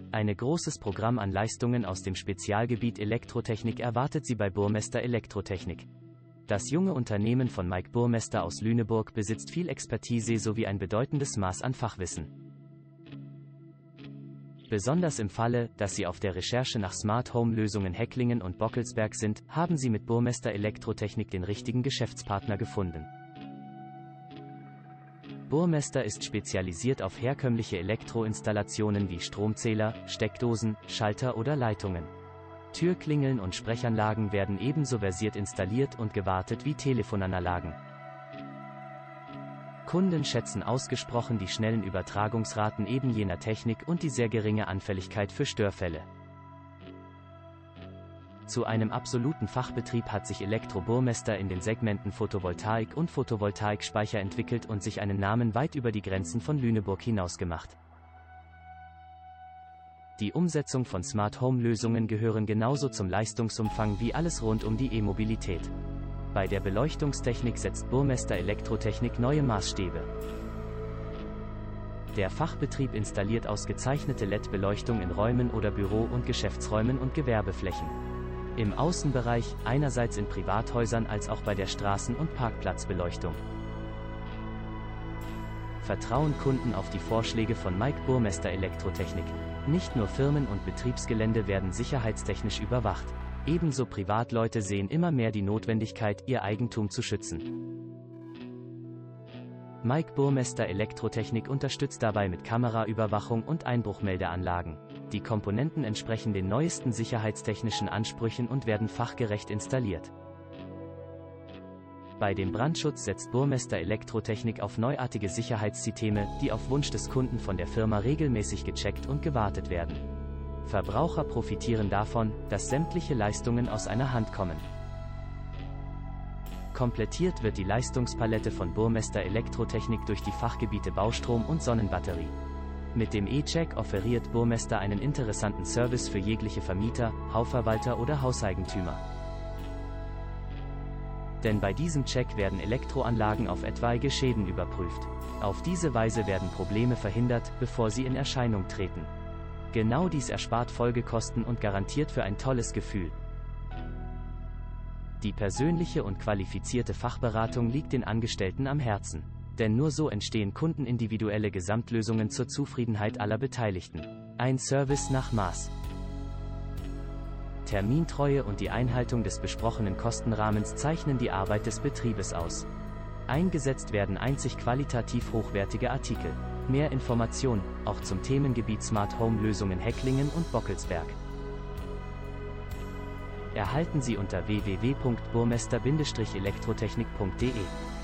Ein großes Programm an Leistungen aus dem Spezialgebiet Elektrotechnik erwartet Sie bei Burmester Elektrotechnik. Das junge Unternehmen von Mike Burmester aus Lüneburg besitzt viel Expertise sowie ein bedeutendes Maß an Fachwissen. Besonders im Falle, dass Sie auf der Recherche nach Smart Home Lösungen Hecklingen und Bockelsberg sind, haben Sie mit Burmester Elektrotechnik den richtigen Geschäftspartner gefunden. Burmester ist spezialisiert auf herkömmliche Elektroinstallationen wie Stromzähler, Steckdosen, Schalter oder Leitungen. Türklingeln und Sprechanlagen werden ebenso versiert installiert und gewartet wie Telefonanlagen. Kunden schätzen ausgesprochen die schnellen Übertragungsraten eben jener Technik und die sehr geringe Anfälligkeit für Störfälle. Zu einem absoluten Fachbetrieb hat sich Elektro Burmester in den Segmenten Photovoltaik und Photovoltaikspeicher entwickelt und sich einen Namen weit über die Grenzen von Lüneburg hinaus gemacht. Die Umsetzung von Smart Home Lösungen gehören genauso zum Leistungsumfang wie alles rund um die E-Mobilität. Bei der Beleuchtungstechnik setzt Burmester Elektrotechnik neue Maßstäbe. Der Fachbetrieb installiert ausgezeichnete LED-Beleuchtung in Räumen oder Büro- und Geschäftsräumen und Gewerbeflächen. Im Außenbereich, einerseits in Privathäusern als auch bei der Straßen- und Parkplatzbeleuchtung. Vertrauen Kunden auf die Vorschläge von Mike Burmester Elektrotechnik. Nicht nur Firmen und Betriebsgelände werden sicherheitstechnisch überwacht. Ebenso Privatleute sehen immer mehr die Notwendigkeit, ihr Eigentum zu schützen. Mike Burmester Elektrotechnik unterstützt dabei mit Kameraüberwachung und Einbruchmeldeanlagen. Die Komponenten entsprechen den neuesten sicherheitstechnischen Ansprüchen und werden fachgerecht installiert. Bei dem Brandschutz setzt Burmester Elektrotechnik auf neuartige Sicherheitssysteme, die auf Wunsch des Kunden von der Firma regelmäßig gecheckt und gewartet werden. Verbraucher profitieren davon, dass sämtliche Leistungen aus einer Hand kommen. Komplettiert wird die Leistungspalette von Burmester Elektrotechnik durch die Fachgebiete Baustrom und Sonnenbatterie. Mit dem E-Check offeriert Burmester einen interessanten Service für jegliche Vermieter, Hausverwalter oder Hauseigentümer. Denn bei diesem Check werden Elektroanlagen auf etwaige Schäden überprüft. Auf diese Weise werden Probleme verhindert, bevor sie in Erscheinung treten. Genau dies erspart Folgekosten und garantiert für ein tolles Gefühl. Die persönliche und qualifizierte Fachberatung liegt den Angestellten am Herzen. Denn nur so entstehen kundenindividuelle Gesamtlösungen zur Zufriedenheit aller Beteiligten. Ein Service nach Maß. Termintreue und die Einhaltung des besprochenen Kostenrahmens zeichnen die Arbeit des Betriebes aus. Eingesetzt werden einzig qualitativ hochwertige Artikel. Mehr Informationen, auch zum Themengebiet Smart Home Lösungen Hecklingen und Bockelsberg, erhalten Sie unter www.burmester-elektrotechnik.de.